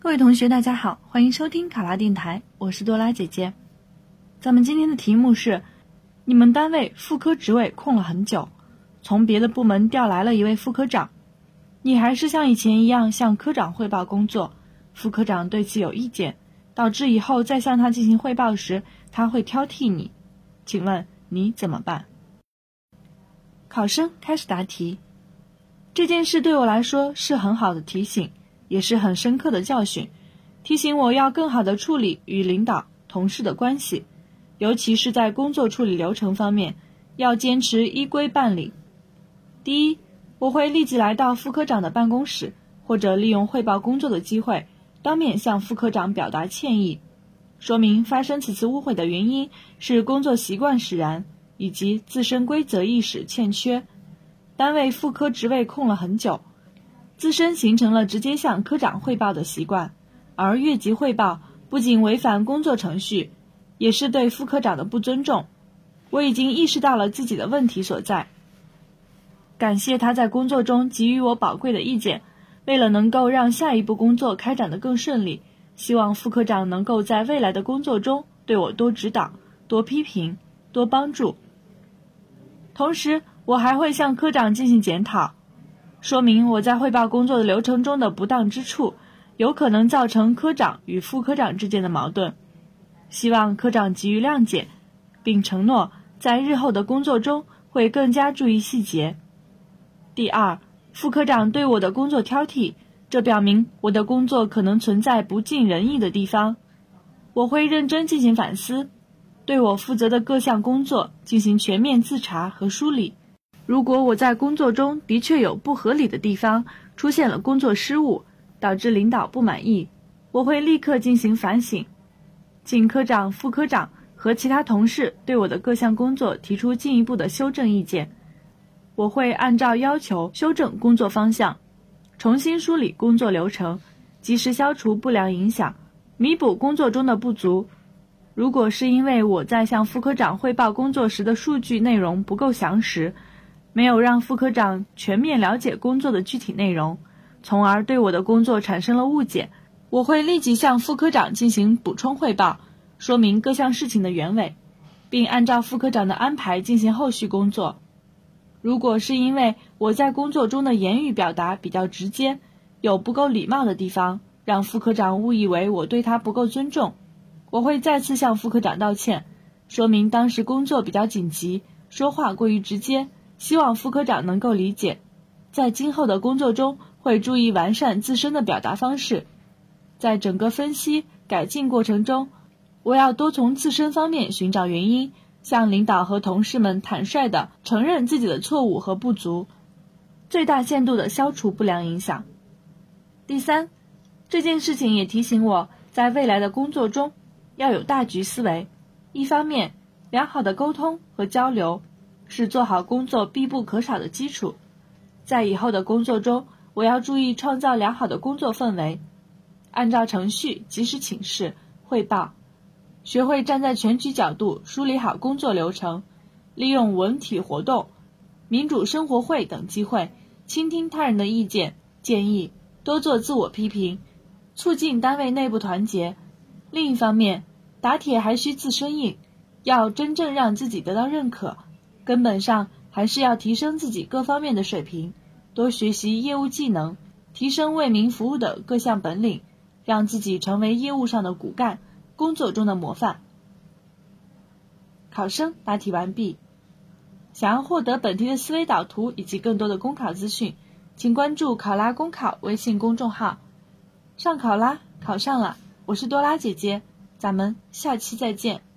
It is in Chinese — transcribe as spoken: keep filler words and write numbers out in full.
各位同学大家好，欢迎收听考拉电台，我是多拉姐姐。咱们今天的题目是，你们单位副科职位空了很久，从别的部门调来了一位副科长，你还是像以前一样向科长汇报工作，副科长对此有意见，导致以后再向他进行汇报时他会挑剔你，请问你怎么办？考生开始答题。这件事对我来说是很好的提醒，也是很深刻的教训，提醒我要更好地处理与领导、同事的关系，尤其是在工作处理流程方面，要坚持依规办理。第一，我会立即来到副科长的办公室，或者利用汇报工作的机会，当面向副科长表达歉意，说明发生此次误会的原因是工作习惯使然，以及自身规则意识欠缺。单位副科职位空了很久，自身形成了直接向科长汇报的习惯，而越级汇报不仅违反工作程序，也是对副科长的不尊重。我已经意识到了自己的问题所在，感谢他在工作中给予我宝贵的意见，为了能够让下一步工作开展得更顺利，希望副科长能够在未来的工作中对我多指导、多批评、多帮助。同时，我还会向科长进行检讨，说明我在汇报工作的流程中的不当之处，有可能造成科长与副科长之间的矛盾，希望科长给予谅解，并承诺在日后的工作中会更加注意细节。第二，副科长对我的工作挑剔，这表明我的工作可能存在不尽人意的地方，我会认真进行反思，对我负责的各项工作进行全面自查和梳理。如果我在工作中的确有不合理的地方，出现了工作失误，导致领导不满意，我会立刻进行反省，请科长、副科长和其他同事对我的各项工作提出进一步的修正意见。我会按照要求修正工作方向，重新梳理工作流程，及时消除不良影响，弥补工作中的不足。如果是因为我在向副科长汇报工作时的数据内容不够详实，没有让副科长全面了解工作的具体内容，从而对我的工作产生了误解，我会立即向副科长进行补充汇报，说明各项事情的原委，并按照副科长的安排进行后续工作。如果是因为我在工作中的言语表达比较直接，有不够礼貌的地方，让副科长误以为我对他不够尊重，我会再次向副科长道歉，说明当时工作比较紧急，说话过于直接，希望副科长能够理解，在今后的工作中会注意完善自身的表达方式。在整个分析改进过程中，我要多从自身方面寻找原因，向领导和同事们坦率地承认自己的错误和不足，最大限度地消除不良影响。第三，这件事情也提醒我在未来的工作中要有大局思维。一方面，良好的沟通和交流是做好工作必不可少的基础，在以后的工作中，我要注意创造良好的工作氛围，按照程序及时请示汇报，学会站在全局角度梳理好工作流程，利用文体活动、民主生活会等机会，倾听他人的意见建议，多做自我批评，促进单位内部团结。另一方面，打铁还需自身硬，要真正让自己得到认可，根本上还是要提升自己各方面的水平，多学习业务技能，提升为民服务的各项本领，让自己成为业务上的骨干，工作中的模范。考生答题完毕。想要获得本题的思维导图以及更多的公考资讯，请关注考拉公考微信公众号。上考拉，考上了，我是多拉姐姐，咱们下期再见。